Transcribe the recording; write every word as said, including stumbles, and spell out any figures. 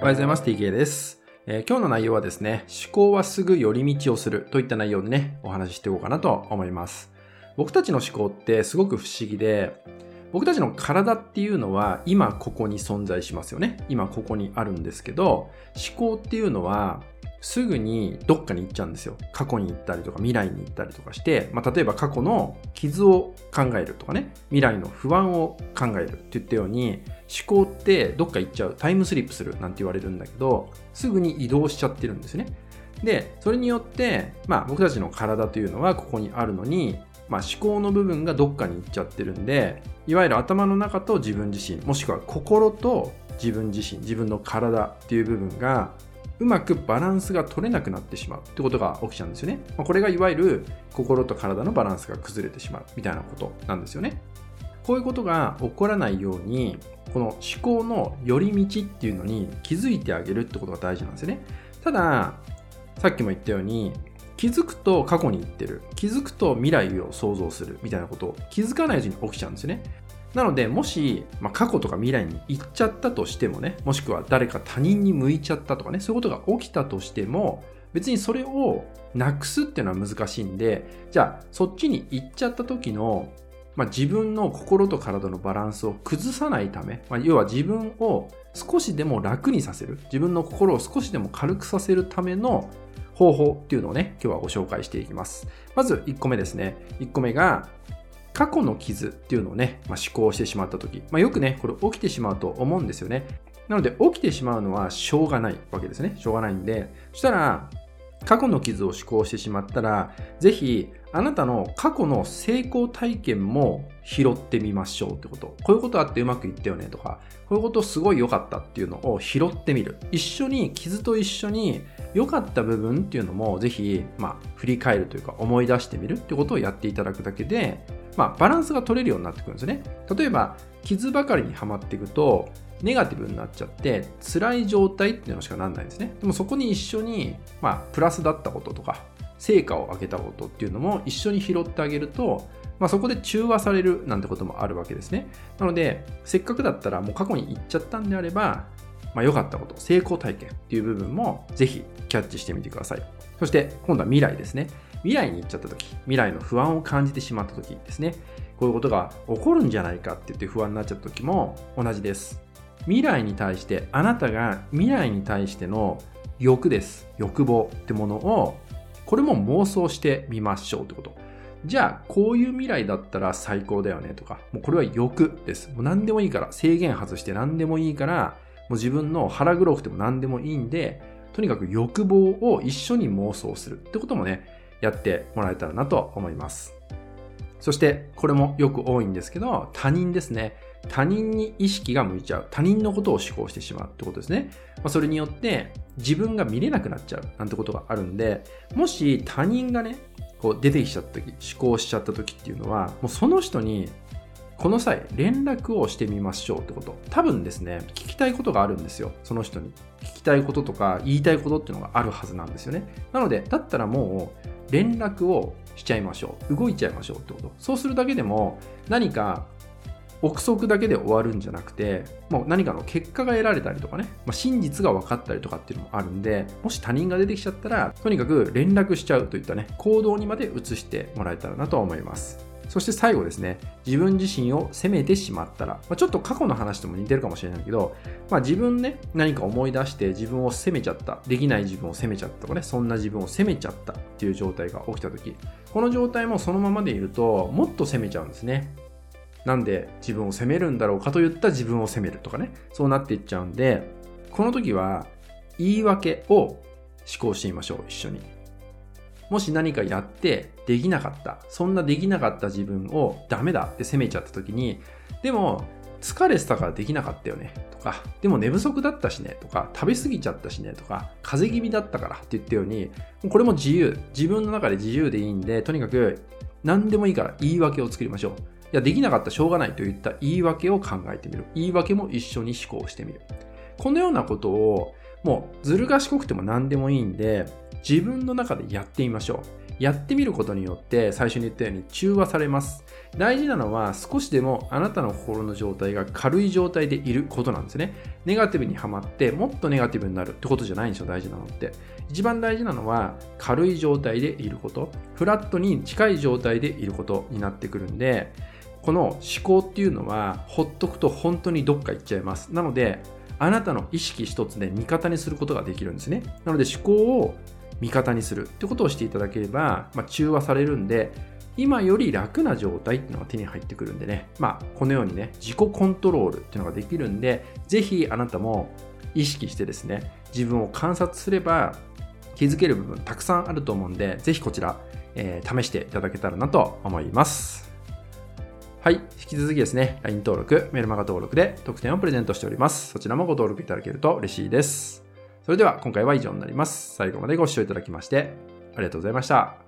おはようございます。ティーケー です、えー。今日の内容はですね、思考はすぐ寄り道をするといった内容でね、お話ししていこうかなと思います。僕たちの思考ってすごく不思議で、僕たちの体っていうのは今ここに存在しますよね。今ここにあるんですけど、思考っていうのはすぐにどっかに行っちゃうんですよ。過去に行ったりとか未来に行ったりとかして、まあ、例えば過去の傷を考えるとかね、未来の不安を考えるって言ったように、思考ってどっか行っちゃう、タイムスリップするなんて言われるんだけど、すぐに移動しちゃってるんですね。で、それによって、まあ僕たちの体というのはここにあるのに、まあ思考の部分がどっかに行っちゃってるんで、いわゆる頭の中と自分自身、もしくは心と自分自身、自分の体っていう部分がうまくバランスが取れなくなってしまうってことが起きちゃうんですよね。これがいわゆる心と体のバランスが崩れてしまうみたいなことなんですよね。こういうことが起こらないように、この思考の寄り道っていうのに気づいてあげるってことが大事なんですよね。ただ、さっきも言ったように、気づくと過去に行ってる、気づくと未来を想像するみたいなことを気づかないうちに起きちゃうんですよね。なので、もし、まあ、過去とか未来に行っちゃったとしてもね、もしくは誰か他人に向いちゃったとかね、そういうことが起きたとしても、別にそれをなくすっていうのは難しいんで、じゃあそっちに行っちゃった時の、まあ、自分の心と体のバランスを崩さないため、まあ、要は自分を少しでも楽にさせる、自分の心を少しでも軽くさせるための方法っていうのをね、今日はご紹介していきます。まずいっこめですね。いっこめが、過去の傷っていうのをね、まあ、思考してしまったとき、まあ、よくね、これ起きてしまうと思うんですよね。なので、起きてしまうのはしょうがないわけですね。しょうがないんで、そしたら、過去の傷を思考してしまったら、ぜひ、あなたの過去の成功体験も拾ってみましょうってこと。こういうことあってうまくいったよねとか、こういうことすごい良かったっていうのを拾ってみる。一緒に、傷と一緒に良かった部分っていうのもぜひ、まあ、振り返るというか思い出してみるってことをやっていただくだけで、まあ、バランスが取れるようになってくるんですね。例えば、傷ばかりにはまっていくと、ネガティブになっちゃって辛い状態っていうのしかなんないんですね。でもそこに一緒に、まあ、プラスだったこととか成果を上げたことっていうのも一緒に拾ってあげると、まあ、そこで中和されるなんてこともあるわけですね。なのでせっかくだったらもう過去に行っちゃったんであれば、まあ、良かったこと、成功体験っていう部分もぜひキャッチしてみてください。そして今度は未来ですね。未来に行っちゃった時、未来の不安を感じてしまった時ですね。こういうことが起こるんじゃないかって言って不安になっちゃった時も同じです。未来に対して、あなたが未来に対しての欲です。欲望ってものを、これも妄想してみましょうってこと。じゃあ、こういう未来だったら最高だよねとか、もうこれは欲です。もう何でもいいから、制限外して何でもいいから、もう自分の腹黒くても何でもいいんで、とにかく欲望を一緒に妄想するってこともね、やってもらえたらなと思います。そして、これもよく多いんですけど、他人ですね。他人に意識が向いちゃう。他人のことを思考してしまうってことですね。まあ、それによって自分が見れなくなっちゃうなんてことがあるんで、もし他人がね、こう出てきちゃった時、思考しちゃった時っていうのは、もうその人にこの際連絡をしてみましょうってこと。多分ですね、聞きたいことがあるんですよ。その人に。聞きたいこととか言いたいことっていうのがあるはずなんですよね。なので、だったらもう連絡をしちゃいましょう。動いちゃいましょうってこと。そうするだけでも何か憶測だけで終わるんじゃなくて、もう何かの結果が得られたりとかね、まあ、真実が分かったりとかっていうのもあるんで、もし他人が出てきちゃったら、とにかく連絡しちゃうといったね、行動にまで移してもらえたらなと思います。そして最後ですね、自分自身を責めてしまったら、まあ、ちょっと過去の話とも似てるかもしれないけど、まあ、自分ね、何か思い出して自分を責めちゃった、できない自分を責めちゃったとかね、そんな自分を責めちゃったっていう状態が起きたとき、この状態もそのままでいると、もっと責めちゃうんですね。なんで自分を責めるんだろうかといった自分を責めるとかね、そうなっていっちゃうんで、この時は言い訳を思考してみましょう、一緒に。もし何かやってできなかった、そんなできなかった自分をダメだって責めちゃった時に、でも疲れてたからできなかったよねとか、でも寝不足だったしねとか、食べ過ぎちゃったしねとか、風邪気味だったからって言ったように、これも自由、自分の中で自由でいいんで、とにかく何でもいいから言い訳を作りましょう。いや、できなかったしょうがないといった言い訳を考えてみる。言い訳も一緒に思考してみる。このようなことをもうずる賢くても何でもいいんで、自分の中でやってみましょう。 やってみることによって最初に言ったように中和されます。大事なのは少しでもあなたの心の状態が軽い状態でいることなんですね。ネガティブにはまってもっとネガティブになるってことじゃないんですよ、大事なのって。一番大事なのは軽い状態でいること、フラットに近い状態でいることになってくるんで、この思考っていうのはほっとくと本当にどっか行っちゃいます。なのであなたの意識一つで味方にすることができるんですね。なので思考を味方にするってことをしていただければ、まあ、中和されるんで、今より楽な状態っていうのが手に入ってくるんでね、まあこのようにね、自己コントロールっていうのができるんで、ぜひあなたも意識してですね、自分を観察すれば気づける部分たくさんあると思うんで、ぜひこちら、えー、試していただけたらなと思います。はい。引き続きですね、ライン 登録、メルマガ登録で特典をプレゼントしております。そちらもご登録いただけると嬉しいです。それでは今回は以上になります。最後までご視聴いただきましてありがとうございました。